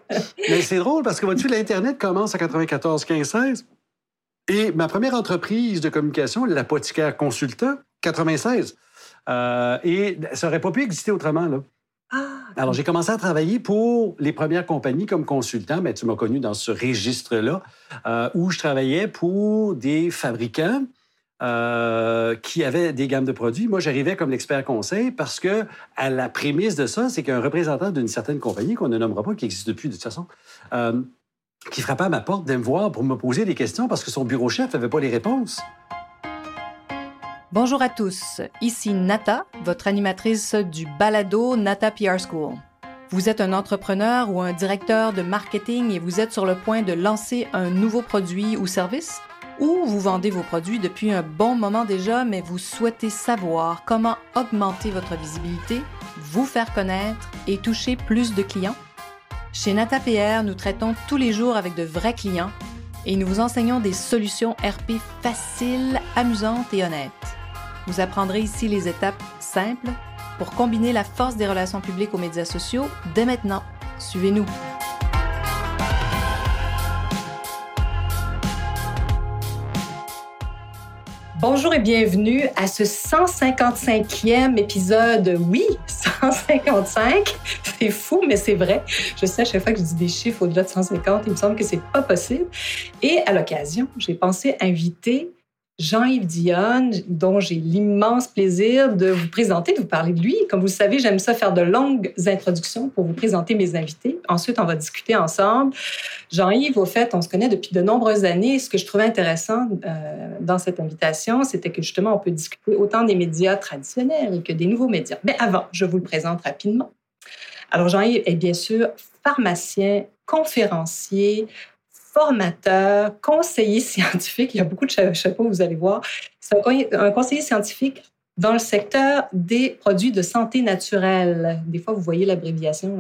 Mais c'est drôle parce que, vois-tu, l'Internet commence en 94, 15, 16. Et ma première entreprise de communication, l'apothicaire consultant, 96. Et ça n'aurait pas pu exister autrement, là. Alors, j'ai commencé à travailler pour les premières compagnies comme consultant. Mais tu m'as connu dans ce registre-là, où je travaillais pour des fabricants qui avaient des gammes de produits. Moi, j'arrivais comme l'expert conseil parce que à la prémisse de ça, c'est qu'un représentant d'une certaine compagnie, qu'on ne nommera pas, qui n'existe plus de toute façon, qui frappait à ma porte de me voir pour me poser des questions parce que son bureau chef n'avait pas les réponses. Bonjour à tous, ici Nata, votre animatrice du balado Nata PR School. Vous êtes un entrepreneur ou un directeur de marketing et vous êtes sur le point de lancer un nouveau produit ou service? Ou vous vendez vos produits depuis un bon moment déjà, mais vous souhaitez savoir comment augmenter votre visibilité, vous faire connaître et toucher plus de clients? Chez Nata PR, nous traitons tous les jours avec de vrais clients et nous vous enseignons des solutions RP faciles, amusantes et honnêtes. Vous apprendrez ici les étapes simples pour combiner la force des relations publiques aux médias sociaux dès maintenant. Suivez-nous. Bonjour et bienvenue à ce 155e épisode. Oui, 155. C'est fou, mais c'est vrai. Je sais, à chaque fois que je dis des chiffres au-delà de 150, il me semble que c'est pas possible. Et à l'occasion, j'ai pensé inviter Jean-Yves Dionne, dont j'ai l'immense plaisir de vous présenter, de vous parler de lui. Comme vous le savez, j'aime ça faire de longues introductions pour vous présenter mes invités. Ensuite, on va discuter ensemble. Jean-Yves, au fait, on se connaît depuis de nombreuses années. Ce que je trouvais intéressant dans cette invitation, c'était que justement, on peut discuter autant des médias traditionnels que des nouveaux médias. Mais avant, je vous le présente rapidement. Alors, Jean-Yves est bien sûr pharmacien, conférencier, formateur, conseiller scientifique. Il y a beaucoup de chapeaux, vous allez voir. C'est un conseiller scientifique dans le secteur des produits de santé naturelle. Des fois, vous voyez l'abréviation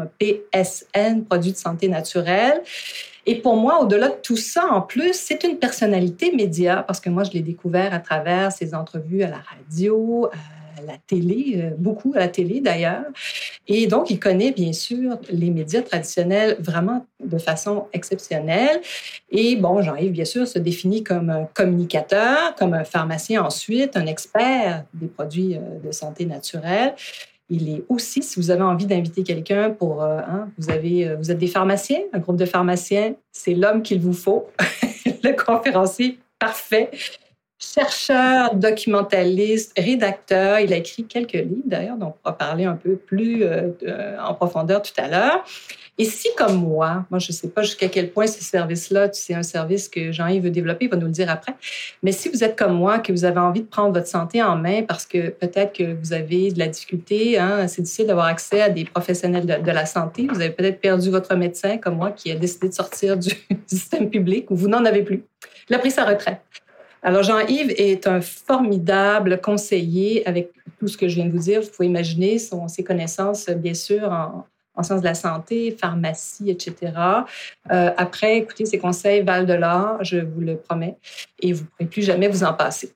PSN, produits de santé naturelle. Et pour moi, au-delà de tout ça, en plus, c'est une personnalité média parce que moi, je l'ai découvert à travers ses entrevues à la radio, à la télé, beaucoup à la télé d'ailleurs. Et donc, il connaît bien sûr les médias traditionnels vraiment de façon exceptionnelle. Et bon, Jean-Yves, bien sûr, se définit comme un communicateur, comme un pharmacien ensuite, un expert des produits de santé naturelle. Il est aussi, si vous avez envie d'inviter quelqu'un pour... vous êtes des pharmaciens, un groupe de pharmaciens, c'est l'homme qu'il vous faut, le conférencier parfait. Chercheur, documentaliste, rédacteur. Il a écrit quelques livres, d'ailleurs, dont on va parler un peu plus en profondeur tout à l'heure. Et si, comme moi, je ne sais pas jusqu'à quel point ce service-là, c'est un service que Jean-Yves veut développer, il va nous le dire après, mais si vous êtes comme moi, que vous avez envie de prendre votre santé en main parce que peut-être que vous avez de la difficulté, c'est difficile d'avoir accès à des professionnels de la santé, vous avez peut-être perdu votre médecin, comme moi, qui a décidé de sortir du système public, ou vous n'en avez plus. Il a pris sa retraite. Alors, Jean-Yves est un formidable conseiller avec tout ce que je viens de vous dire. Vous pouvez imaginer ses connaissances, bien sûr, en sciences de la santé, pharmacie, etc. Après, écoutez, ses conseils valent de l'or, je vous le promets, et vous ne pourrez plus jamais vous en passer.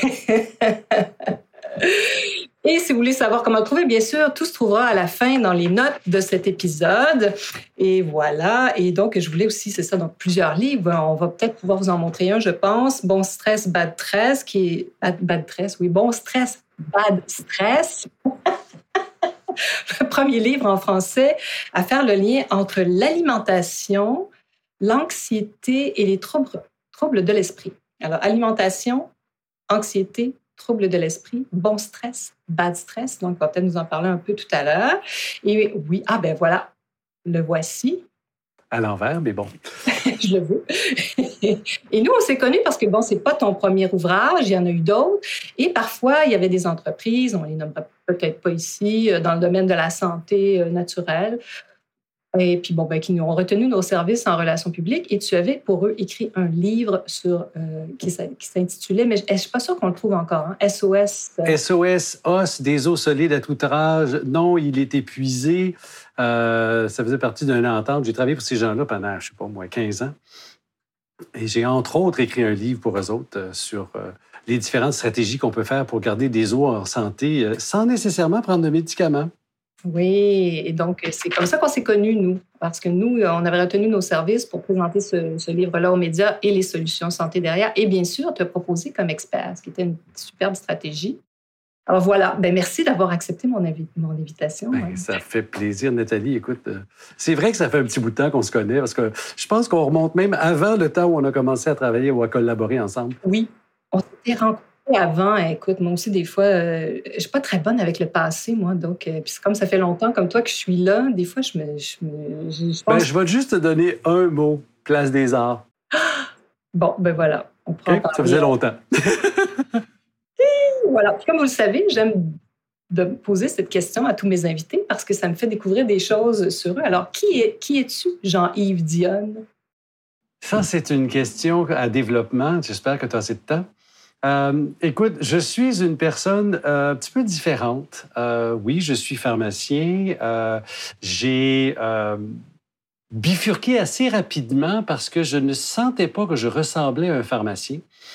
Et si vous voulez savoir comment le trouver, bien sûr, tout se trouvera à la fin dans les notes de cet épisode. Et voilà. Et donc, je voulais aussi, c'est ça, donc plusieurs livres. On va peut-être pouvoir vous en montrer un, je pense. Bon stress, bad stress, qui est... Bad stress, oui. Bon stress, bad stress. Le premier livre en français à faire le lien entre l'alimentation, l'anxiété et les troubles de l'esprit. Alors, alimentation, anxiété, troubles de l'esprit, bon stress, bad stress. Donc, on va peut-être nous en parler un peu tout à l'heure. Et oui, voilà, le voici. À l'envers, mais bon. Je le veux. Et nous, on s'est connus parce que, c'est pas ton premier ouvrage, il y en a eu d'autres. Et parfois, il y avait des entreprises, on les nommera peut-être pas ici, dans le domaine de la santé naturelle, et puis, qui nous ont retenu nos services en relations publiques. Et tu avais pour eux écrit un livre qui s'intitulait, mais je ne suis pas sûre qu'on le trouve encore, SOS. SOS, os, des eaux solides à tout âge. Non, il est épuisé. Ça faisait partie d'une entente. J'ai travaillé pour ces gens-là pendant, 15 ans. Et j'ai, entre autres, écrit un livre pour eux autres sur les différentes stratégies qu'on peut faire pour garder des os en santé sans nécessairement prendre de médicaments. Oui, et donc c'est comme ça qu'on s'est connus, nous, parce que nous, on avait retenu nos services pour présenter ce livre-là aux médias et les solutions santé derrière, et bien sûr, te proposer comme expert, ce qui était une superbe stratégie. Alors voilà, ben merci d'avoir accepté mon invitation. Ben, ça fait plaisir, Nathalie. Écoute, c'est vrai que ça fait un petit bout de temps qu'on se connaît, parce que je pense qu'on remonte même avant le temps où on a commencé à travailler ou à collaborer ensemble. Oui, on s'était rencontrés avant. Écoute, moi aussi, des fois, je suis pas très bonne avec le passé, moi. Donc, puis comme ça fait longtemps, comme toi, que je suis là, des fois, je pense... Ben, je vais juste te donner un mot, Place des Arts. Bon, ben voilà, on prend Okay? Ça faisait longtemps. Voilà. Puis comme vous le savez, j'aime de poser cette question à tous mes invités parce que ça me fait découvrir des choses sur eux. Alors, qui es-tu, Jean-Yves Dionne? Ça, c'est une question à développement. J'espère que tu as assez de temps. Écoute, je suis une personne un petit peu différente. Oui, je suis pharmacien. J'ai bifurqué assez rapidement parce que je ne sentais pas que je ressemblais à un pharmacien.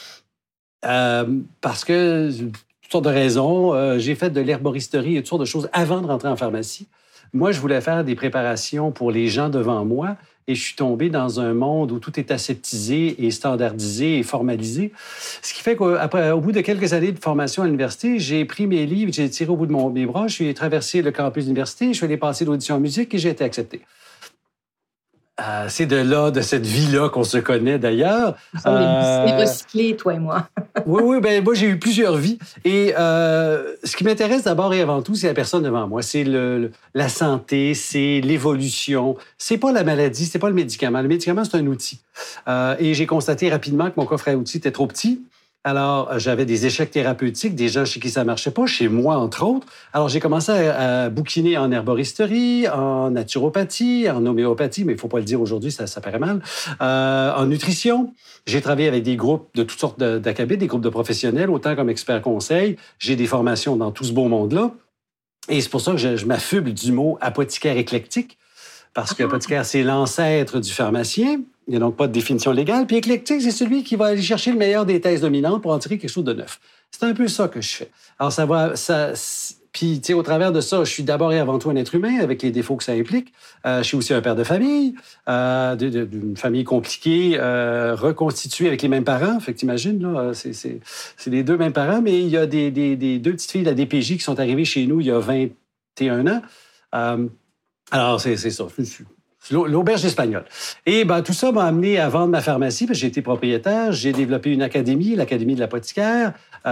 Parce que, toutes sortes de raisons, j'ai fait de l'herboristerie et toutes sortes de choses avant de rentrer en pharmacie. Moi, je voulais faire des préparations pour les gens devant moi et je suis tombé dans un monde où tout est aseptisé et standardisé et formalisé. Ce qui fait qu'au bout de quelques années de formation à l'université, j'ai pris mes livres, j'ai tiré au bout de mes bras, je suis traversé le campus de l'université, je suis allé passer l'audition en musique et j'ai été accepté. C'est de là, de cette vie-là qu'on se connaît d'ailleurs. Nous sommes des recyclés, toi et moi. Oui, ben moi, j'ai eu plusieurs vies. Et ce qui m'intéresse d'abord et avant tout, c'est la personne devant moi. C'est la santé, c'est l'évolution. C'est pas la maladie, c'est pas le médicament. Le médicament, c'est un outil. Et j'ai constaté rapidement que mon coffre à outils était trop petit. Alors, j'avais des échecs thérapeutiques, des gens chez qui ça marchait pas, chez moi, entre autres. Alors, j'ai commencé à bouquiner en herboristerie, en naturopathie, en homéopathie, mais il faut pas le dire aujourd'hui, ça paraît mal, en nutrition. J'ai travaillé avec des groupes de toutes sortes d'acabits, des groupes de professionnels, autant comme expert conseil. J'ai des formations dans tout ce beau monde-là. Et c'est pour ça que je m'affuble du mot apothicaire éclectique, parce que apothicaire, c'est l'ancêtre du pharmacien. Il n'y a donc pas de définition légale. Puis éclectique, c'est celui qui va aller chercher le meilleur des thèses dominantes pour en tirer quelque chose de neuf. C'est un peu ça que je fais. Alors, puis, tu sais, au travers de ça, je suis d'abord et avant tout un être humain avec les défauts que ça implique. Je suis aussi un père de famille, d'une famille compliquée, reconstituée avec les mêmes parents. Fait que t'imagines, là, c'est les deux mêmes parents, mais il y a des deux petites filles de la DPJ qui sont arrivées chez nous il y a 21 ans. Alors, c'est ça. L'auberge espagnole. Et ben, tout ça m'a amené à vendre ma pharmacie, parce que j'ai été propriétaire. J'ai développé une académie, l'Académie de l'apothicaire,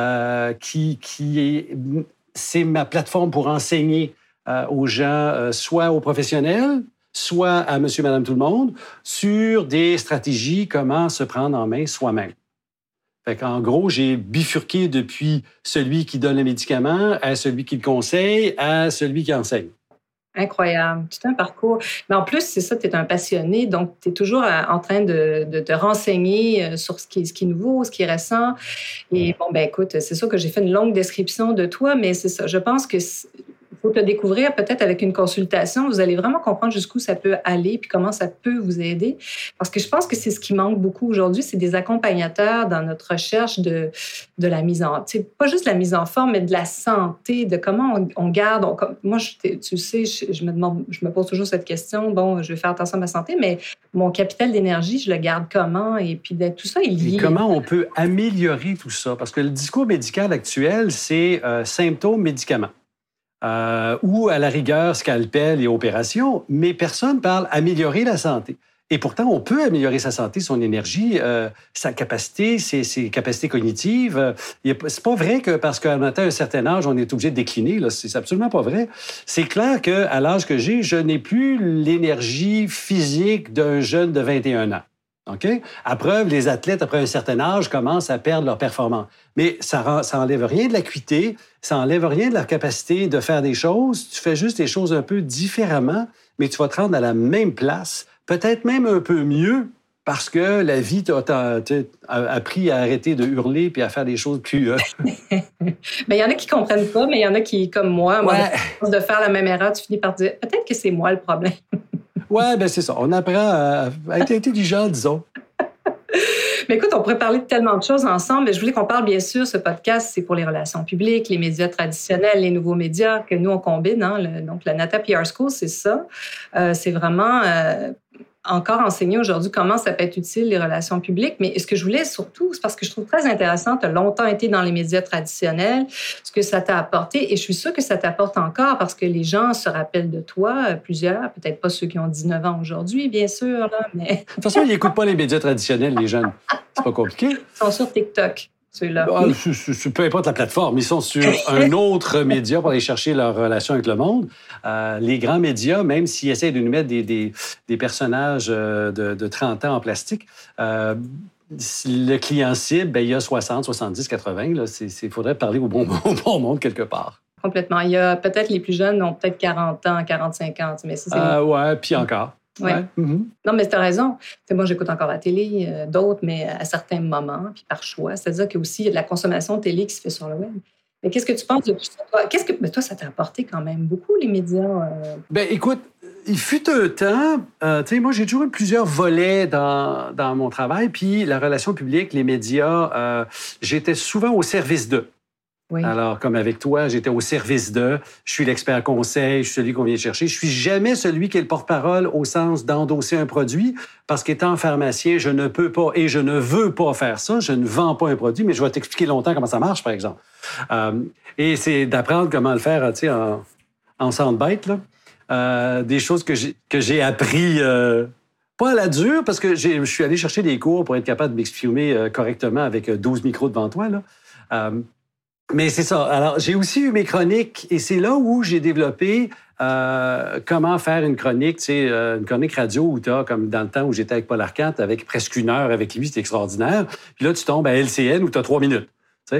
c'est ma plateforme pour enseigner aux gens, soit aux professionnels, soit à monsieur, madame, tout le monde, sur des stratégies, comment se prendre en main soi-même. Fait qu'en gros, j'ai bifurqué depuis celui qui donne le médicament à celui qui le conseille, à celui qui enseigne. Incroyable, tout un parcours. Mais en plus, c'est ça, tu es un passionné, donc tu es toujours en train de te renseigner sur ce qui est nouveau, ce qui est récent. Et bon, ben écoute, c'est sûr que j'ai fait une longue description de toi, mais c'est ça. Je pense que faut te découvrir peut-être avec une consultation. Vous allez vraiment comprendre jusqu'où ça peut aller puis comment ça peut vous aider. Parce que je pense que c'est ce qui manque beaucoup aujourd'hui, c'est des accompagnateurs dans notre recherche de la mise en... Tu sais, pas juste la mise en forme, mais de la santé, de comment on garde... moi, tu sais, je me pose toujours cette question. Bon, je vais faire attention à ma santé, mais mon capital d'énergie, je le garde comment? Et puis tout ça est lié. Et comment on peut améliorer tout ça? Parce que le discours médical actuel, c'est symptômes-médicaments. Ou à la rigueur, scalpel et opération, mais personne parle améliorer la santé. Et pourtant, on peut améliorer sa santé, son énergie, sa capacité, ses capacités cognitives. C'est pas vrai que parce qu'on atteint un certain âge, on est obligé de décliner. Là. C'est absolument pas vrai. C'est clair qu'à l'âge que j'ai, je n'ai plus l'énergie physique d'un jeune de 21 ans. OK? À preuve, les athlètes, après un certain âge, commencent à perdre leur performance. Mais ça enlève rien de l'acuité, ça enlève rien de leur capacité de faire des choses. Tu fais juste des choses un peu différemment, mais tu vas te rendre à la même place, peut-être même un peu mieux, parce que la vie t'a appris à arrêter de hurler puis à faire des choses plus... Mais il y en a qui comprennent pas, mais il y en a qui, comme moi, de faire la même erreur, tu finis par dire, peut-être que c'est moi le problème. Ouais, ben c'est ça. On apprend à être intelligent, disons. Mais écoute, on pourrait parler de tellement de choses ensemble, mais je voulais qu'on parle, bien sûr, ce podcast, c'est pour les relations publiques, les médias traditionnels, les nouveaux médias que nous, on combine. Donc, la Nata PR School, c'est ça. C'est vraiment encore enseigner aujourd'hui comment ça peut être utile, les relations publiques. Mais ce que je voulais surtout, c'est parce que je trouve très intéressant, tu as longtemps été dans les médias traditionnels, ce que ça t'a apporté, et je suis sûre que ça t'apporte encore parce que les gens se rappellent de toi, plusieurs, peut-être pas ceux qui ont 19 ans aujourd'hui, bien sûr, là, mais... De toute façon, ils n'écoutent pas les médias traditionnels, les jeunes. C'est pas compliqué. Ils sont sur TikTok. Ceux-là. Peu importe la plateforme, ils sont sur un autre média pour aller chercher leur relation avec le monde. Les grands médias, même s'ils essayent de nous mettre des personnages de 30 ans en plastique, le client cible, il y a 60, 70, 80. Il faudrait parler au bon monde quelque part. Complètement. Il y a peut-être les plus jeunes ont peut-être 40 ans, 45 ans. Mais ça, c'est... ouais, puis encore. Ouais. Ouais. Mm-hmm. Non, mais tu as raison. Moi, j'écoute encore la télé, d'autres, mais à certains moments, puis par choix. C'est-à-dire qu'il y a aussi de la consommation de télé qui se fait sur le web. Mais qu'est-ce que tu penses de tout ça? Toi, ça t'a apporté quand même beaucoup, les médias? Ben, écoute, il fut un temps, moi, j'ai toujours eu plusieurs volets dans mon travail, puis la relation publique, les médias, j'étais souvent au service d'eux. Oui. Alors, comme avec toi, j'étais au service d'eux. Je suis l'expert conseil, je suis celui qu'on vient chercher. Je suis jamais celui qui est le porte-parole au sens d'endosser un produit, parce qu'étant pharmacien, je ne peux pas et je ne veux pas faire ça. Je ne vends pas un produit, mais je vais t'expliquer longtemps comment ça marche, par exemple. Et c'est d'apprendre comment le faire, tu sais, en soundbite, là. Des choses que j'ai appris... pas à la dure, parce que je suis allé chercher des cours pour être capable de m'exprimer correctement avec 12 micros devant toi, là. Mais c'est ça. Alors, j'ai aussi eu mes chroniques et c'est là où j'ai développé comment faire une chronique, tu sais, une chronique radio où tu as, comme dans le temps où j'étais avec Paul Arcand, avec presque 1 heure avec lui, c'était extraordinaire. Puis là, tu tombes à LCN où tu as 3 minutes, tu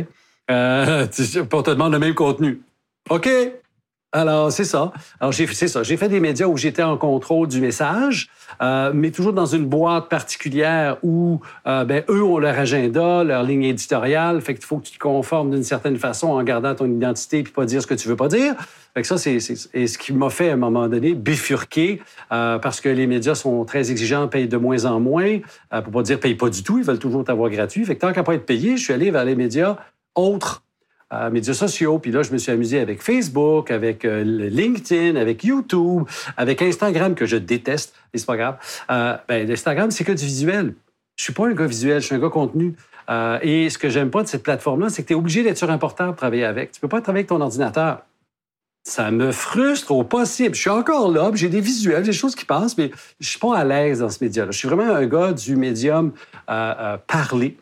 sais, pour te demander le même contenu. OK! Alors, c'est ça. Alors, j'ai fait des médias où j'étais en contrôle du message, mais toujours dans une boîte particulière où eux ont leur agenda, leur ligne éditoriale. Fait qu'il faut que tu te conformes d'une certaine façon en gardant ton identité puis pas dire ce que tu veux pas dire. Fait que ça, c'est ce qui m'a fait, à un moment donné, bifurquer parce que les médias sont très exigeants, payent de moins en moins. Pour pas dire payent pas du tout, ils veulent toujours t'avoir gratuit. Fait que tant qu'à pas être payé, je suis allé vers les médias autres. Médias sociaux. Puis là, je me suis amusé avec Facebook, avec LinkedIn, avec YouTube, avec Instagram, que je déteste, mais c'est pas grave. L'Instagram, c'est que du visuel. Je suis pas un gars visuel, je suis un gars contenu. Et ce que j'aime pas de cette plateforme-là, c'est que tu es obligé d'être sur un portable pour travailler avec. Tu peux pas travailler avec ton ordinateur. Ça me frustre au possible. Je suis encore là, puis j'ai des visuels, des choses qui passent, mais je suis pas à l'aise dans ce média-là. Je suis vraiment un gars du médium parlé.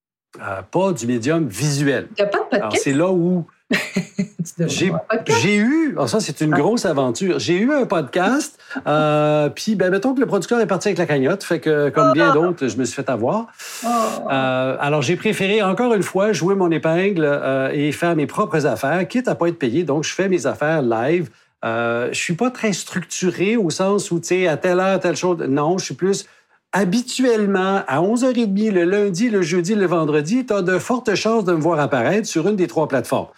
Pas du médium visuel. Tu n'as pas de podcast? Alors, c'est là où j'ai eu... Alors ça, c'est une grosse aventure. J'ai eu un podcast, puis mettons que le producteur est parti avec la cagnotte, fait que, comme bien d'autres, je me suis fait avoir. Alors, j'ai préféré, encore une fois, jouer mon épingle et faire mes propres affaires, quitte à pas être payé. Donc, je fais mes affaires live. Je suis pas très structuré au sens où, tu sais, à telle heure, telle chose. Non, je suis plus... Habituellement, à 11h30, le lundi, le jeudi, le vendredi, tu as de fortes chances de me voir apparaître sur une des 3 plateformes.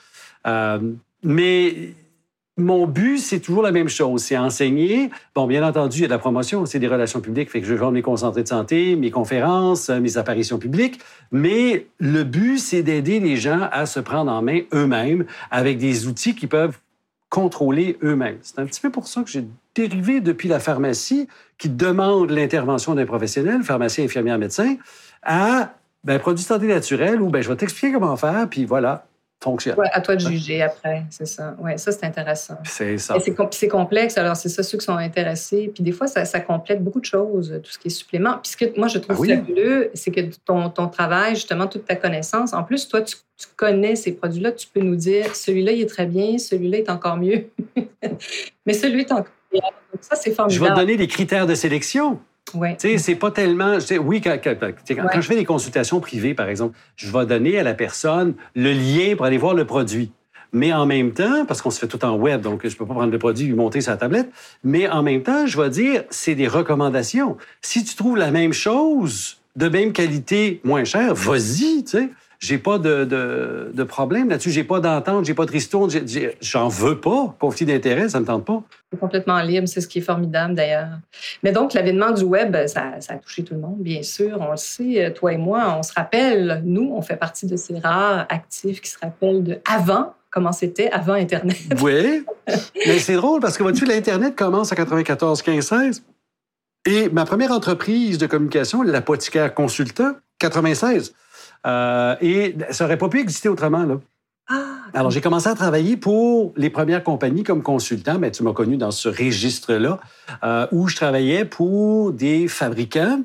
Mais mon but, c'est toujours la même chose, c'est enseigner. Bon, bien entendu, il y a de la promotion, c'est des relations publiques, fait que je vais vendre mes concentrés de santé, mes conférences, mes apparitions publiques. Mais le but, c'est d'aider les gens à se prendre en main eux-mêmes avec des outils qui peuvent contrôler eux-mêmes. C'est un petit peu pour ça que j'ai dérivé depuis la pharmacie, qui demande l'intervention d'un professionnel, pharmacien, infirmière, médecin, à produits de santé naturels où je vais t'expliquer comment faire, puis voilà, fonctionne. Ouais, à toi de juger après, c'est ça. Oui, ça, c'est intéressant. C'est ça. Et c'est complexe, alors c'est ça, ceux qui sont intéressés. Puis des fois, ça complète beaucoup de choses, tout ce qui est supplément. Puis ce que moi, je trouve fabuleux, c'est que ton travail, justement, toute ta connaissance, en plus, toi, tu connais ces produits-là, tu peux nous dire, celui-là, il est très bien, celui-là est encore mieux. Mais celui est encore mieux. Donc ça, c'est formidable. Je vais te donner des critères de sélection. Ouais. Tu sais, c'est pas tellement... Oui, quand je fais des consultations privées, par exemple, je vais donner à la personne le lien pour aller voir le produit. Mais en même temps, parce qu'on se fait tout en web, donc je peux pas prendre le produit et lui monter sur la tablette, mais en même temps, je vais dire, c'est des recommandations. Si tu trouves la même chose, de même qualité, moins cher, vas-y, tu sais. j'ai pas de problème là-dessus. J'ai pas d'entente, j'ai pas de ristourne. J'en veux pas. Conflit d'intérêt, ça me tente pas. C'est complètement libre, c'est ce qui est formidable d'ailleurs. Mais donc, l'avènement du web, ça a touché tout le monde, bien sûr. On le sait, toi et moi, on se rappelle, nous, on fait partie de ces rares actifs qui se rappellent de avant, comment c'était avant Internet. Oui, mais c'est drôle parce que vois-tu, l'Internet commence en 94, 15, 16. Et ma première entreprise de communication, l'apothicaire consultant, 96. Et ça n'aurait pas pu exister autrement, là. Alors, j'ai commencé à travailler pour les premières compagnies comme consultant. Bien, tu m'as connu dans ce registre-là, où je travaillais pour des fabricants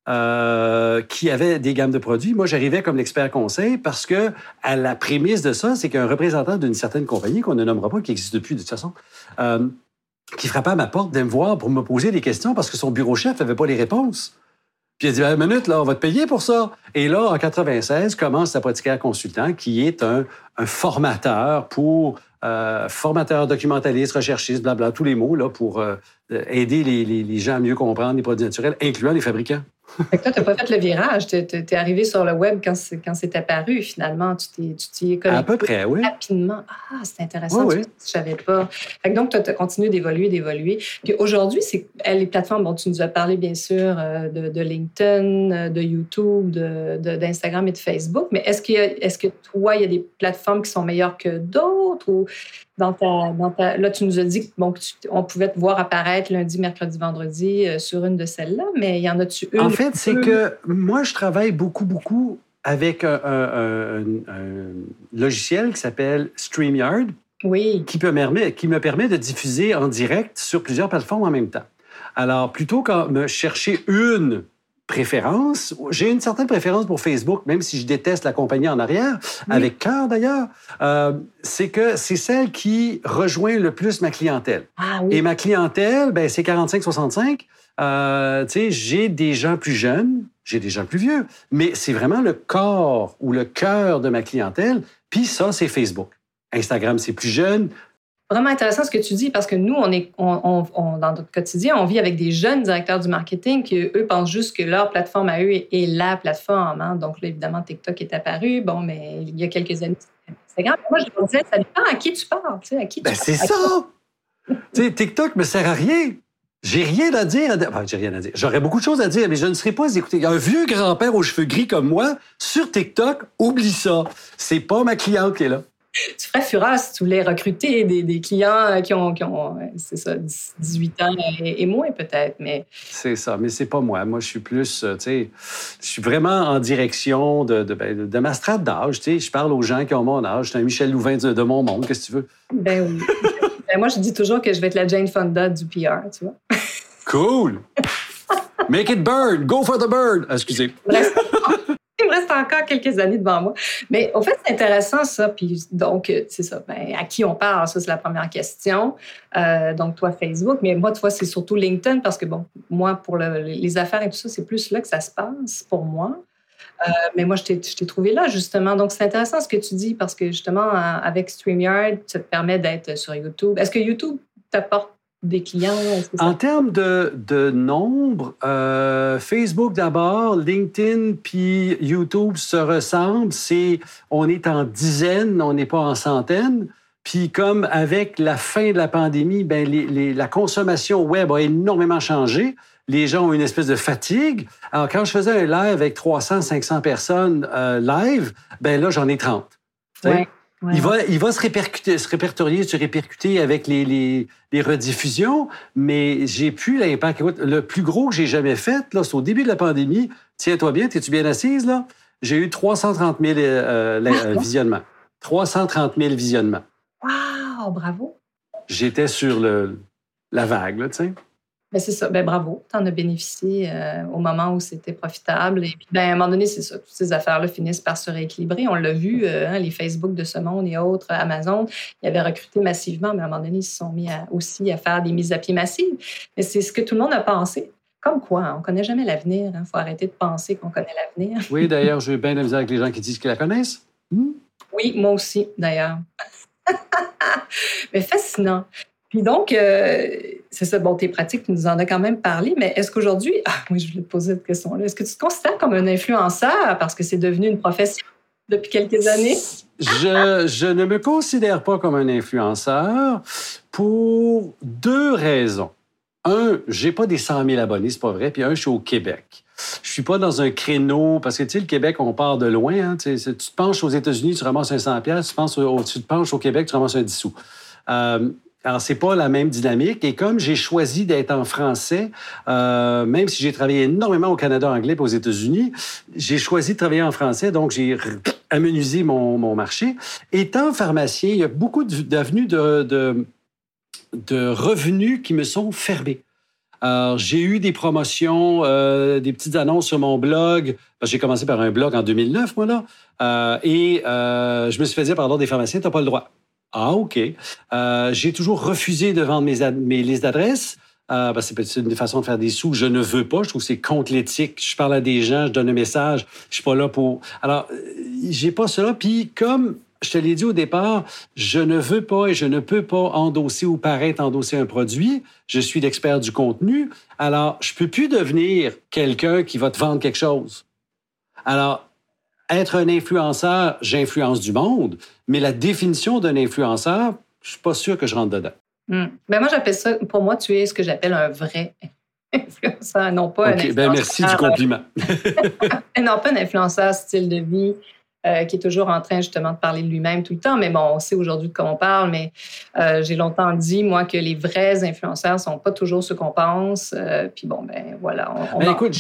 qui avaient des gammes de produits. Moi, j'arrivais comme l'expert conseil parce que à la prémisse de ça, c'est qu'un représentant d'une certaine compagnie, qu'on ne nommera pas, qui n'existe plus de toute façon, qui frappait à ma porte de me voir pour me poser des questions parce que son bureau chef n'avait pas les réponses. Puis il a dit, une minute, là, on va te payer pour ça. Et là, en 96, commence l'apothicaire consultant, qui est un formateur pour formateur, documentaliste, recherchiste, blabla, tous les mots, là, pour aider les gens à mieux comprendre les produits naturels, incluant les fabricants. Fait que toi, tu n'as pas fait le virage. Tu es arrivé sur le web quand c'est apparu, finalement. Tu t'y es connecté à peu près, oui. Rapidement. Ah, c'est intéressant. Oui, je ne savais pas. Fait que donc, tu as continué d'évoluer. Puis aujourd'hui, les plateformes, bon, tu nous as parlé, bien sûr, de LinkedIn, de YouTube, d'Instagram et de Facebook. Mais est-ce que toi, il y a des plateformes qui sont meilleures que d'autres? Ou là, tu nous as dit qu'on pouvait te voir apparaître lundi, mercredi, vendredi sur une de celles-là, mais y en a-tu une? En fait, c'est que moi, je travaille beaucoup avec un logiciel qui s'appelle StreamYard, oui, qui me permet de diffuser en direct sur plusieurs plateformes en même temps. Alors, plutôt qu'à me chercher une préférence, j'ai une certaine préférence pour Facebook, même si je déteste la compagnie en arrière, avec cœur d'ailleurs, c'est que c'est celle qui rejoint le plus ma clientèle. Ah, oui. Et ma clientèle, ben, c'est 45-65. Tu sais, j'ai des gens plus jeunes, j'ai des gens plus vieux, mais c'est vraiment le corps ou le cœur de ma clientèle. Puis ça, c'est Facebook. Instagram, c'est plus jeune. Vraiment intéressant ce que tu dis parce que nous, dans notre quotidien, on vit avec des jeunes directeurs du marketing qui, eux, pensent juste que leur plateforme à eux est la plateforme. Hein? Donc là, évidemment, TikTok est apparu. Bon, mais il y a quelques années, Instagram. Moi, je me disais, ça dépend à qui tu parles. Tu sais, à qui tu parles. C'est ça! Tu sais, TikTok me sert à rien. J'ai rien à dire. Enfin, j'ai rien à dire. J'aurais beaucoup de choses à dire, mais je ne serais pas écouté. Un vieux grand-père aux cheveux gris comme moi, sur TikTok, oublie ça. C'est pas ma cliente qui est là. Tu ferais fureur si tu voulais recruter des clients qui ont c'est ça, 18 ans et moins peut-être, mais... C'est ça, mais c'est pas moi. Moi, je suis plus, tu sais, je suis vraiment en direction de ma strate d'âge, tu sais. Je parle aux gens qui ont mon âge. Je suis un Michel Louvain de mon monde, qu'est-ce que tu veux? Ben oui. Ben moi, je dis toujours que je vais être la Jane Fonda du PR, tu vois. Cool! Make it burn! Go for the bird! Excusez. Il me reste encore quelques années devant moi. Mais au fait, c'est intéressant, ça. Puis donc, c'est ça. Ben, à qui on parle? Ça, c'est la première question. Donc, toi, Facebook. Mais moi, tu vois, c'est surtout LinkedIn parce que, bon, moi, pour les affaires et tout ça, c'est plus là que ça se passe pour moi. Mais moi, je t'ai trouvé là, justement. Donc, c'est intéressant ce que tu dis parce que, justement, avec StreamYard, ça te permet d'être sur YouTube. Est-ce que YouTube t'apporte des clients? En termes de nombre, Facebook d'abord, LinkedIn puis YouTube se ressemblent. On est en dizaines, on n'est pas en centaines. Puis comme avec la fin de la pandémie, ben la consommation web a énormément changé. Les gens ont une espèce de fatigue. Alors quand je faisais un live avec 300-500 personnes live, ben là, j'en ai 30. Ouais. Ouais. Il va se répercuter avec les rediffusions, mais j'ai plus l'impact. Écoute, le plus gros que j'ai jamais fait, là, c'est au début de la pandémie. Tiens-toi bien, t'es-tu bien assise, là? J'ai eu 330 000 visionnements. 330 000 visionnements. Wow! Bravo! J'étais sur la vague, là, tu sais. Ben c'est ça. Ben bravo. Tu en as bénéficié au moment où c'était profitable. Et puis, ben, à un moment donné, c'est ça. Toutes ces affaires-là finissent par se rééquilibrer. On l'a vu, les Facebook de ce monde et autres, Amazon, ils avaient recruté massivement, mais à un moment donné, ils se sont mis aussi à faire des mises à pied massives. Mais c'est ce que tout le monde a pensé. Comme quoi, hein, on ne connaît jamais l'avenir. Il faut arrêter de penser qu'on connaît l'avenir. Oui, d'ailleurs, j'ai bien de la misère avec les gens qui disent qu'ils la connaissent. Oui, moi aussi, d'ailleurs. Mais fascinant. Puis donc, c'est ça, bon, tes pratiques, tu nous en as quand même parlé, mais est-ce qu'aujourd'hui, oui, je voulais te poser cette question-là, est-ce que tu te considères comme un influenceur parce que c'est devenu une profession? depuis quelques années? Je ne me considère pas comme un influenceur pour 2 raisons. Un, j'ai pas des 100 000 abonnés, c'est pas vrai. Puis un, je suis au Québec. Je suis pas dans un créneau, parce que, tu sais, le Québec, on part de loin. Hein, tu te penches aux États-Unis, tu ramasses un 100 pièces. Tu te penches au Québec, tu ramasses un 10 sous. Alors, c'est pas la même dynamique. Et comme j'ai choisi d'être en français, même si j'ai travaillé énormément au Canada anglais et aux États-Unis, j'ai choisi de travailler en français, donc j'ai amenuisé mon marché. Étant pharmacien, il y a beaucoup d'avenues de revenus qui me sont fermées. Alors, j'ai eu des promotions, des petites annonces sur mon blog. J'ai commencé par un blog en 2009, moi, là. Je me suis fait dire, pardon, des pharmaciens, t'as pas le droit. Ah, OK. J'ai toujours refusé de vendre mes listes d'adresses. Parce que c'est une façon de faire des sous. Je ne veux pas. Je trouve que c'est contre l'éthique. Je parle à des gens, je donne un message. Je suis pas là pour... Alors, j'ai pas cela. Puis, comme je te l'ai dit au départ, je ne veux pas et je ne peux pas endosser ou paraître endosser un produit. Je suis l'expert du contenu. Alors, je peux plus devenir quelqu'un qui va te vendre quelque chose. Alors, être un influenceur, j'influence du monde, mais la définition d'un influenceur, je suis pas sûr que je rentre dedans. Ben moi, j'appelle ça, pour moi, tu es ce que j'appelle un vrai influenceur, non pas un influenceur. Ben merci du compliment. Non pas un influenceur style de vie qui est toujours en train justement de parler de lui-même tout le temps. Mais bon, on sait aujourd'hui de quoi on parle, mais j'ai longtemps dit, moi, que les vrais influenceurs ne sont pas toujours ceux qu'on pense. Puis bon, ben voilà. Écoute,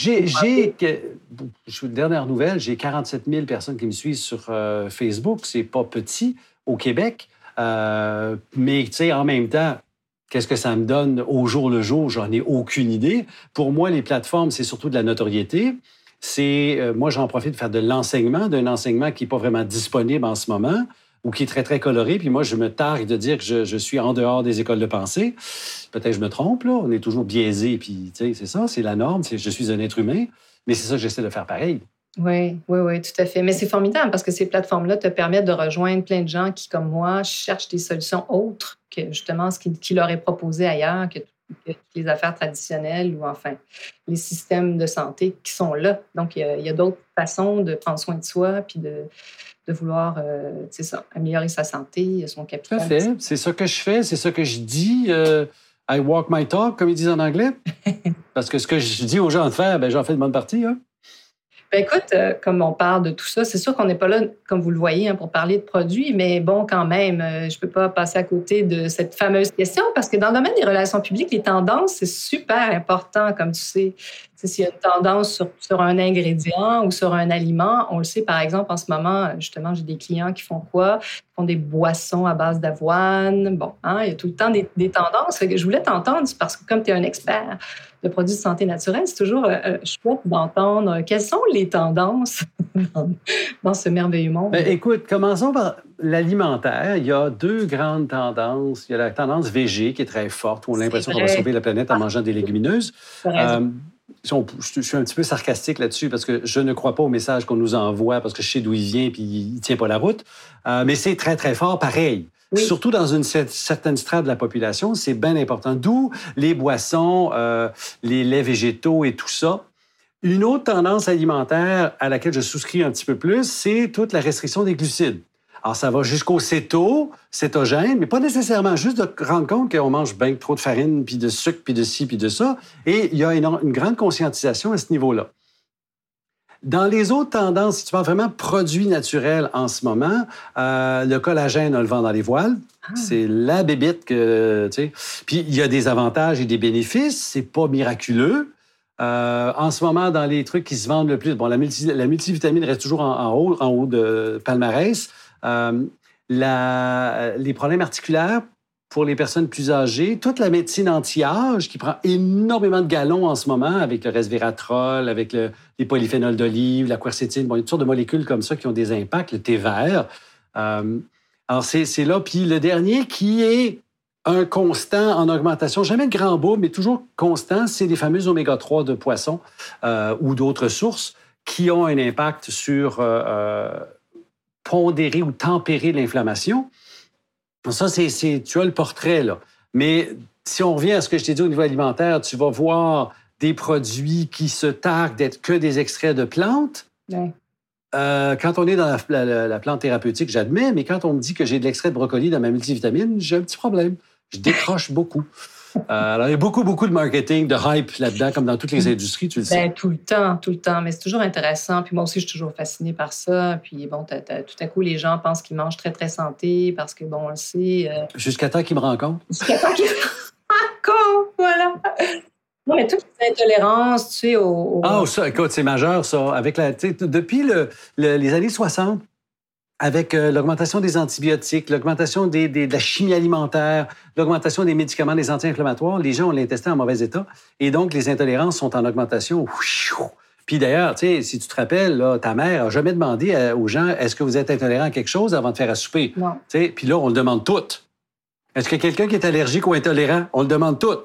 dernière nouvelle, j'ai 47 000 personnes qui me suivent sur Facebook. C'est pas petit au Québec. Mais tu sais, en même temps, qu'est-ce que ça me donne au jour le jour? J'en ai aucune idée. Pour moi, les plateformes, c'est surtout de la notoriété. Moi, j'en profite de faire de l'enseignement, d'un enseignement qui n'est pas vraiment disponible en ce moment ou qui est très, très coloré. Puis moi, je me targue de dire que je suis en dehors des écoles de pensée. Peut-être que je me trompe, là. On est toujours biaisé. Puis, tu sais, c'est ça, c'est la norme. Je suis un être humain. Mais c'est ça que j'essaie de faire pareil. Oui, tout à fait. Mais c'est formidable parce que ces plateformes-là te permettent de rejoindre plein de gens qui, comme moi, cherchent des solutions autres que justement ce qui leur est proposé ailleurs, que les affaires traditionnelles ou enfin les systèmes de santé qui sont là. Donc, il y a d'autres façons de prendre soin de soi puis de vouloir, c'est ça, améliorer sa santé, son capital. Tout à fait. C'est ça que je fais, c'est ça que je dis. I walk my talk, comme ils disent en anglais. Parce que ce que je dis aux gens de faire, j'en fais une bonne partie, hein. Ben écoute, comme on parle de tout ça, c'est sûr qu'on n'est pas là, comme vous le voyez, pour parler de produits, mais bon, quand même, je ne peux pas passer à côté de cette fameuse question parce que dans le domaine des relations publiques, les tendances, c'est super important, comme tu sais. S'il y a une tendance sur un ingrédient ou sur un aliment, on le sait, par exemple, en ce moment, justement, j'ai des clients qui font quoi? Ils font des boissons à base d'avoine. Bon, hein, il y a tout le temps des tendances. Je voulais t'entendre parce que comme tu es un expert de produits de santé naturelle, c'est toujours chouette d'entendre quelles sont les tendances dans ce merveilleux monde. Écoute, commençons par l'alimentaire. Il y a 2 grandes tendances. Il y a la tendance végé qui est très forte, où on a l'impression qu'on va sauver la planète en mangeant des légumineuses. Je suis un petit peu sarcastique là-dessus parce que je ne crois pas au message qu'on nous envoie parce que je sais d'où il vient puis il ne tient pas la route. Mais c'est très, très fort pareil. Oui. Surtout dans une certaine strate de la population, c'est bien important. D'où les boissons, les laits végétaux et tout ça. Une autre tendance alimentaire à laquelle je souscris un petit peu plus, c'est toute la restriction des glucides. Alors, ça va jusqu'au cétogène, mais pas nécessairement juste de rendre compte qu'on mange bien trop de farine, puis de sucre, puis de ci, puis de ça. Et il y a une grande conscientisation à ce niveau-là. Dans les autres tendances, si tu parles vraiment produits naturels en ce moment, le collagène a le vent dans les voiles. C'est la bébite que, tu sais. Puis il y a des avantages et des bénéfices. C'est pas miraculeux. En ce moment, dans les trucs qui se vendent le plus, bon, la multivitamine reste toujours en haut de palmarès. Les problèmes articulaires pour les personnes plus âgées, toute la médecine anti-âge qui prend énormément de galons en ce moment avec le resveratrol, avec les polyphénols d'olive, la quercétine, bon, il y a toutes sortes de molécules comme ça qui ont des impacts, le thé vert. Alors, c'est là. Puis le dernier qui est un constant en augmentation, jamais de grand boom, mais toujours constant, c'est les fameux oméga-3 de poissons ou d'autres sources qui ont un impact sur pondérer ou tempérer l'inflammation. Ça, tu as le portrait, là. Mais si on revient à ce que je t'ai dit au niveau alimentaire, tu vas voir des produits qui se targuent d'être que des extraits de plantes. Ouais. Quand on est dans la plante thérapeutique, j'admets, mais quand on me dit que j'ai de l'extrait de brocoli dans ma multivitamine, j'ai un petit problème. Je décroche beaucoup. Alors, il y a beaucoup de marketing, de hype là-dedans, comme dans toutes les industries, tu le sais. Bien, tout le temps. Mais c'est toujours intéressant. Puis moi aussi, je suis toujours fascinée par ça. Puis bon, tout à coup, les gens pensent qu'ils mangent très, très santé parce que, bon, on le sait. Jusqu'à temps qu'ils me rencontrent. Jusqu'à temps qu'ils me rencontrent, voilà. Non, mais toutes les intolérances, tu sais, Ça, écoute, c'est majeur, ça. Avec depuis les années 60, avec l'augmentation des antibiotiques, l'augmentation de la chimie alimentaire, l'augmentation des médicaments, des anti-inflammatoires, les gens ont l'intestin en mauvais état. Et donc, les intolérances sont en augmentation. Puis d'ailleurs, tu sais, si tu te rappelles, là, ta mère n'a jamais demandé aux gens, est-ce que vous êtes intolérant à quelque chose avant de faire à souper? Non. Tu sais, puis là, on le demande tout. Est-ce qu'il y a quelqu'un qui est allergique ou intolérant? On le demande tout.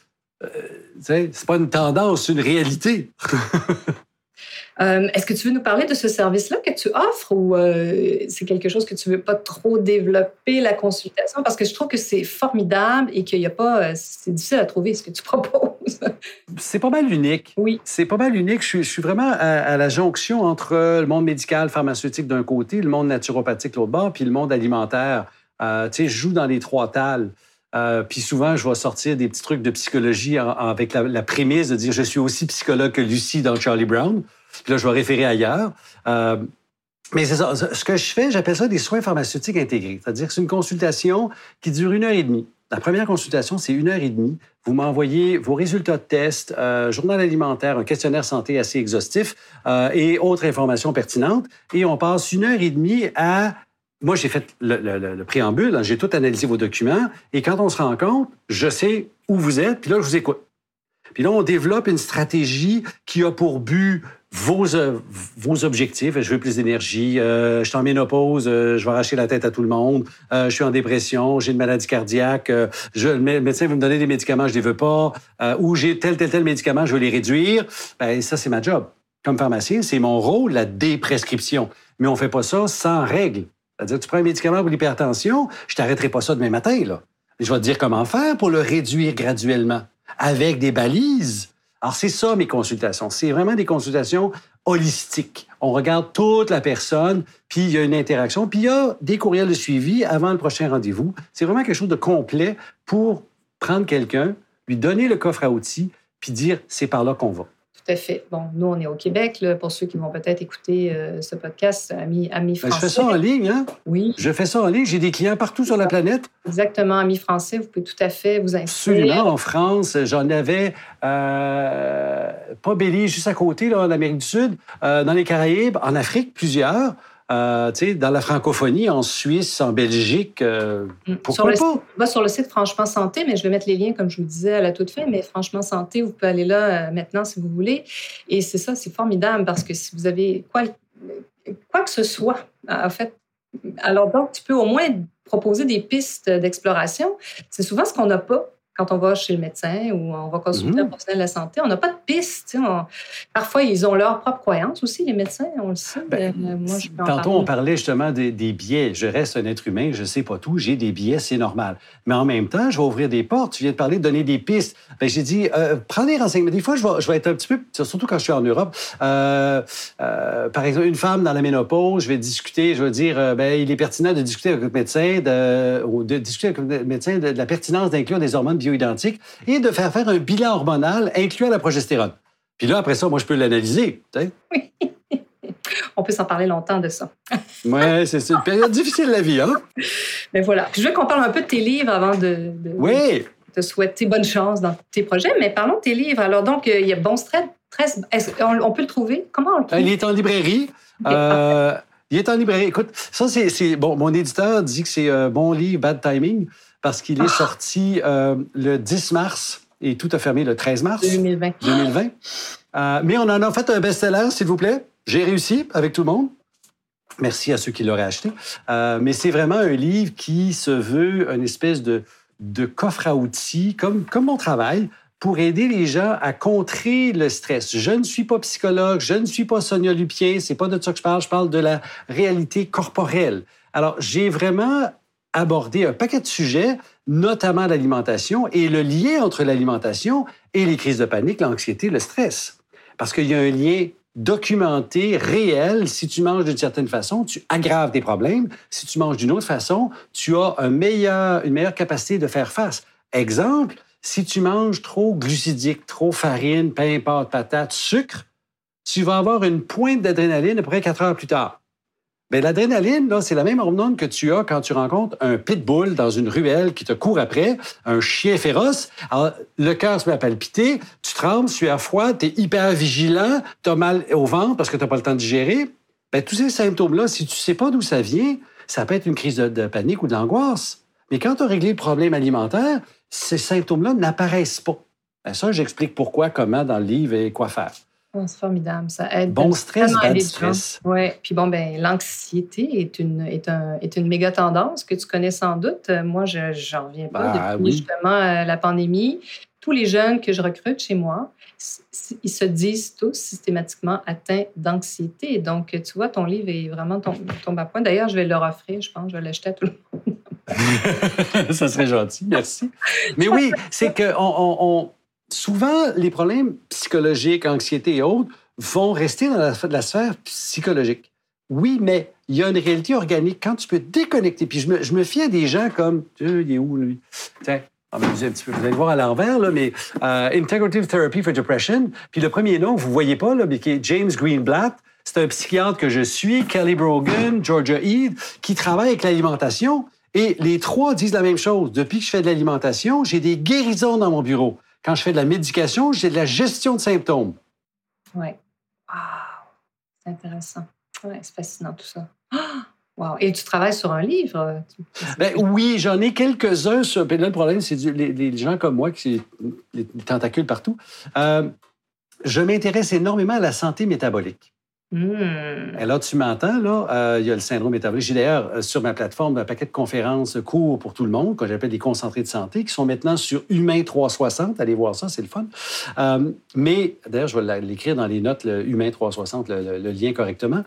C'est pas une tendance, c'est une réalité. Est-ce que tu veux nous parler de ce service-là que tu offres ou c'est quelque chose que tu veux pas trop développer, la consultation? Parce que je trouve que c'est formidable et qu'il y a pas... c'est difficile à trouver ce que tu proposes. C'est pas mal unique. Oui. C'est pas mal unique. Je suis vraiment à la jonction entre le monde médical, pharmaceutique d'un côté, le monde naturopathique de l'autre bord, puis le monde alimentaire. Tu sais, je joue dans les trois tales. Puis souvent, je vais sortir des petits trucs de psychologie avec la prémisse de dire « je suis aussi psychologue que Lucie dans Charlie Brown ». Puis là, je vais référer ailleurs. Mais c'est ça. Ce que je fais, j'appelle ça des soins pharmaceutiques intégrés. C'est-à-dire que c'est une consultation qui dure 1h30. La première consultation, c'est 1h30. Vous m'envoyez vos résultats de test, journal alimentaire, un questionnaire santé assez exhaustif et autres informations pertinentes. Et on passe 1h30 à... Moi, j'ai fait le préambule, hein, j'ai tout analysé vos documents, et quand on se rencontre, je sais où vous êtes, puis là, je vous écoute. Puis là, on développe une stratégie qui a pour but vos objectifs. Je veux plus d'énergie, je suis en ménopause, je vais arracher la tête à tout le monde, je suis en dépression, j'ai une maladie cardiaque, le médecin veut me donner des médicaments, je les veux pas, ou j'ai tel médicament, je veux les réduire. Bien, ça, c'est ma job. Comme pharmacien, c'est mon rôle, la déprescription. Mais on fait pas ça sans règle. C'est-à-dire que tu prends un médicament pour l'hypertension, je t'arrêterai pas ça demain matin, là. Je vais te dire comment faire pour le réduire graduellement, avec des balises. Alors, c'est ça, mes consultations. C'est vraiment des consultations holistiques. On regarde toute la personne, puis il y a une interaction, puis il y a des courriels de suivi avant le prochain rendez-vous. C'est vraiment quelque chose de complet pour prendre quelqu'un, lui donner le coffre à outils, puis dire « c'est par là qu'on va ». Tout à fait. Bon, nous, on est au Québec. Là, pour ceux qui vont peut-être écouter ce podcast, Amis français. Je fais ça en ligne, hein? Oui. Je fais ça en ligne. J'ai des clients partout sur la planète. Exactement. Amis français, vous pouvez tout à fait vous inscrire. Absolument. En France, j'en avais, pas Belize, juste à côté, là, en Amérique du Sud, dans les Caraïbes, en Afrique, plusieurs. Dans la francophonie, en Suisse, en Belgique, pourquoi pas? Va sur le site Franchement Santé, mais je vais mettre les liens, comme je vous disais, à la toute fin, mais Franchement Santé, vous pouvez aller là maintenant si vous voulez. Et c'est ça, c'est formidable parce que si vous avez quoi que ce soit, en fait, alors donc, tu peux au moins proposer des pistes d'exploration. C'est souvent ce qu'on n'a pas quand on va chez le médecin ou on va consulter un professionnel de la santé. On n'a pas de piste. Parfois, ils ont leurs propres croyances aussi, les médecins, on le sait. Moi, tantôt, on parlait justement des biais. Je reste un être humain, je ne sais pas tout, j'ai des biais, c'est normal. Mais en même temps, je vais ouvrir des portes. Tu viens de parler de donner des pistes. Bien, j'ai dit, prends des renseignements. Des fois, je vais être un petit peu, surtout quand je suis en Europe, par exemple, une femme dans la ménopause, je vais discuter, je vais dire, il est pertinent de discuter avec le médecin, de discuter avec le médecin de la pertinence d'inclure des hormones bioidentiques et de faire un bilan hormonal incluant la progestérone. Puis là, après ça, moi, je peux l'analyser. Oui. On peut s'en parler longtemps de ça. Oui, c'est une période difficile de la vie, hein? Mais voilà. Puis je veux qu'on parle un peu de tes livres avant de te souhaiter bonne chance dans tes projets. Mais parlons de tes livres. Alors, donc, il y a Bon Stress. On peut le trouver? Comment on le trouve? Il est en librairie. Il est en librairie. Écoute, ça, c'est bon. Mon éditeur dit que c'est bon livre, bad timing, parce qu'il est sorti le 10 mars et tout a fermé le 13 mars 2020. Mais on en a fait un best-seller, s'il vous plaît. J'ai réussi avec tout le monde. Merci à ceux qui l'auraient acheté. Mais c'est vraiment un livre qui se veut une espèce de coffre à outils, comme mon travail, pour aider les gens à contrer le stress. Je ne suis pas psychologue, je ne suis pas Sonia Lupien, c'est pas de ça que je parle de la réalité corporelle. Alors, j'ai vraiment abordé un paquet de sujets, notamment l'alimentation et le lien entre l'alimentation et les crises de panique, l'anxiété, le stress. Parce qu'il y a un lien documenté, réel. Si tu manges d'une certaine façon, tu aggraves tes problèmes. Si tu manges d'une autre façon, tu as une meilleure capacité de faire face. Exemple, si tu manges trop glucidique, trop farine, pain, pâte, patate, sucre, tu vas avoir une pointe d'adrénaline à peu près 4 heures plus tard. Bien, l'adrénaline, là, c'est la même hormone que tu as quand tu rencontres un pitbull dans une ruelle qui te court après, un chien féroce. Alors, le cœur se met à palpiter, tu trembles, tu as froid, tu es hyper vigilant, tu as mal au ventre parce que tu n'as pas le temps de digérer. Bien, tous ces symptômes-là, si tu ne sais pas d'où ça vient, ça peut être une crise de panique ou d'angoisse. Mais quand tu as réglé le problème alimentaire, ces symptômes-là n'apparaissent pas. Bien, ça, j'explique pourquoi, comment dans le livre et quoi faire. Oh, c'est formidable, ça aide. Bon stress, bad stress. Oui, puis bon, ben l'anxiété est une méga tendance que tu connais sans doute. Moi, j'en reviens pas depuis justement la pandémie. Tous les jeunes que je recrute chez moi, ils se disent tous systématiquement atteints d'anxiété. Donc, tu vois, ton livre est vraiment tombe à point. D'ailleurs, je vais le offrir, je pense. Je vais l'acheter à tout le monde. Ça serait gentil, merci. Mais oui, c'est que souvent, les problèmes psychologiques, anxiété et autres vont rester dans la sphère psychologique. Oui, mais il y a une réalité organique quand tu peux déconnecter. Puis je me fie à des gens comme... il est où, lui? Tiens, on va amuser un petit peu. Vous allez le voir à l'envers, là, mais Integrative Therapy for Depression. Puis le premier nom, vous ne voyez pas, là, mais qui est James Greenblatt. C'est un psychiatre que je suis, Kelly Brogan, Georgia Ede, qui travaille avec l'alimentation. Et les trois disent la même chose. Depuis que je fais de l'alimentation, j'ai des guérisons dans mon bureau. Quand je fais de la médication, j'ai de la gestion de symptômes. Oui. Wow. C'est intéressant. Oui, c'est fascinant tout ça. Wow. Et tu travailles sur un livre? Ben, oui, j'en ai quelques-uns. Puis là, le problème, c'est les gens comme moi, qui les tentacules partout. Je m'intéresse énormément à la santé métabolique. Et là, tu m'entends, là, il y a le syndrome métabolique. J'ai d'ailleurs sur ma plateforme un paquet de conférences courts pour tout le monde, que j'appelle des concentrés de santé, qui sont maintenant sur Humain 360. Allez voir ça, c'est le fun. Mais d'ailleurs, je vais l'écrire dans les notes, le Humain 360, le lien correctement.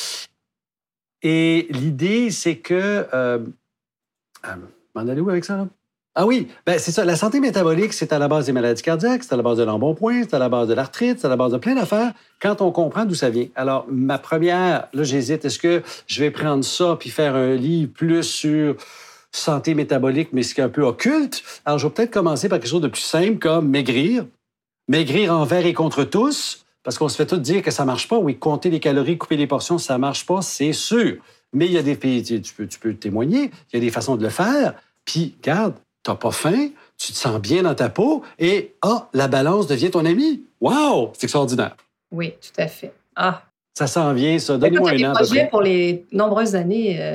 Et l'idée, c'est que... m'en allez où avec ça, là? Ah oui, ben c'est ça. La santé métabolique, c'est à la base des maladies cardiaques, c'est à la base de l'embonpoint, c'est à la base de l'arthrite, c'est à la base de plein d'affaires quand on comprend d'où ça vient. Alors, ma première, là, j'hésite, est-ce que je vais prendre ça puis faire un livre plus sur santé métabolique, mais ce qui est un peu occulte? Alors, je vais peut-être commencer par quelque chose de plus simple comme maigrir. Maigrir envers et contre tous, parce qu'on se fait tout dire que ça marche pas. Oui, compter les calories, couper les portions, ça marche pas, c'est sûr. Mais il y a des pays, tu peux témoigner, il y a des façons de le faire. Puis, regarde, t'as pas faim, tu te sens bien dans ta peau et, la balance devient ton ami. Wow! C'est extraordinaire. Oui, tout à fait. Ah! Ça s'en vient, ça. Donne-moi un an. Tu as des projets pour les nombreuses années.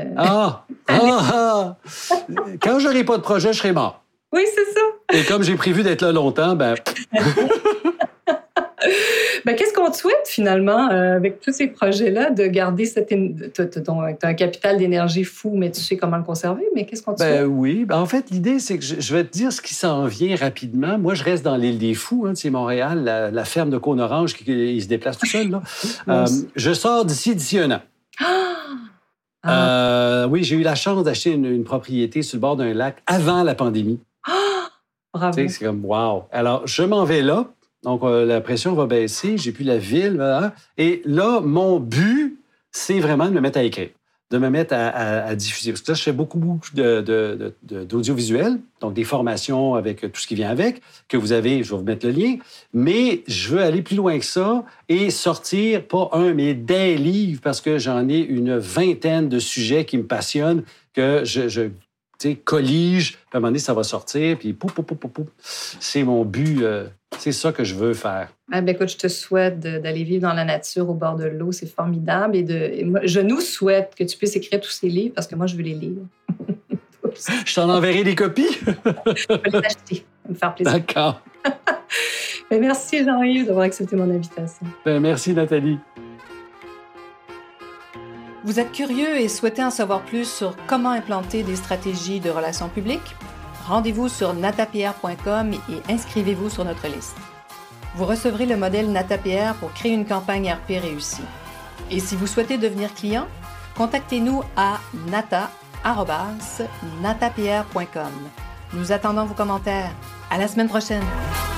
Quand j'aurai pas de projet, je serai mort. Oui, c'est ça. Et comme j'ai prévu d'être là longtemps, qu'est-ce qu'on te souhaite, finalement, avec tous ces projets-là, de garder t'as un capital d'énergie fou, mais tu sais comment le conserver, mais qu'est-ce qu'on te souhaite? Oui. En fait, l'idée, c'est que je vais te dire ce qui s'en vient rapidement. Moi, je reste dans l'île des Fous, c'est Montréal, la ferme de Cône-Orange, il se déplace tout seul, là. Je sors d'ici un an. Oui, j'ai eu la chance d'acheter une propriété sur le bord d'un lac avant la pandémie. Bravo. Tu sais, c'est comme, wow. Alors, je m'en vais là. Donc, la pression va baisser, j'ai plus la ville. Voilà. Et là, mon but, c'est vraiment de me mettre à écrire, de me mettre à diffuser. Parce que là, je fais beaucoup d'audiovisuel, donc des formations avec tout ce qui vient avec, que vous avez, je vais vous mettre le lien. Mais je veux aller plus loin que ça et sortir, pas un, mais des livres, parce que j'en ai une vingtaine de sujets qui me passionnent, que je collige, puis à un moment donné, ça va sortir, puis c'est mon but, c'est ça que je veux faire. Écoute, je te souhaite d'aller vivre dans la nature, au bord de l'eau, c'est formidable, je nous souhaite que tu puisses écrire tous ces livres, parce que moi, je veux les lire. Je t'en enverrai des copies? Je vais les acheter, ça va me faire plaisir. D'accord. Merci, Jean-Yves, d'avoir accepté mon invitation. Merci, Nathalie. Vous êtes curieux et souhaitez en savoir plus sur comment implanter des stratégies de relations publiques? Rendez-vous sur natapierre.com et inscrivez-vous sur notre liste. Vous recevrez le modèle NataPR pour créer une campagne RP réussie. Et si vous souhaitez devenir client, contactez-nous à nata@natapierre.com. Nous attendons vos commentaires. À la semaine prochaine!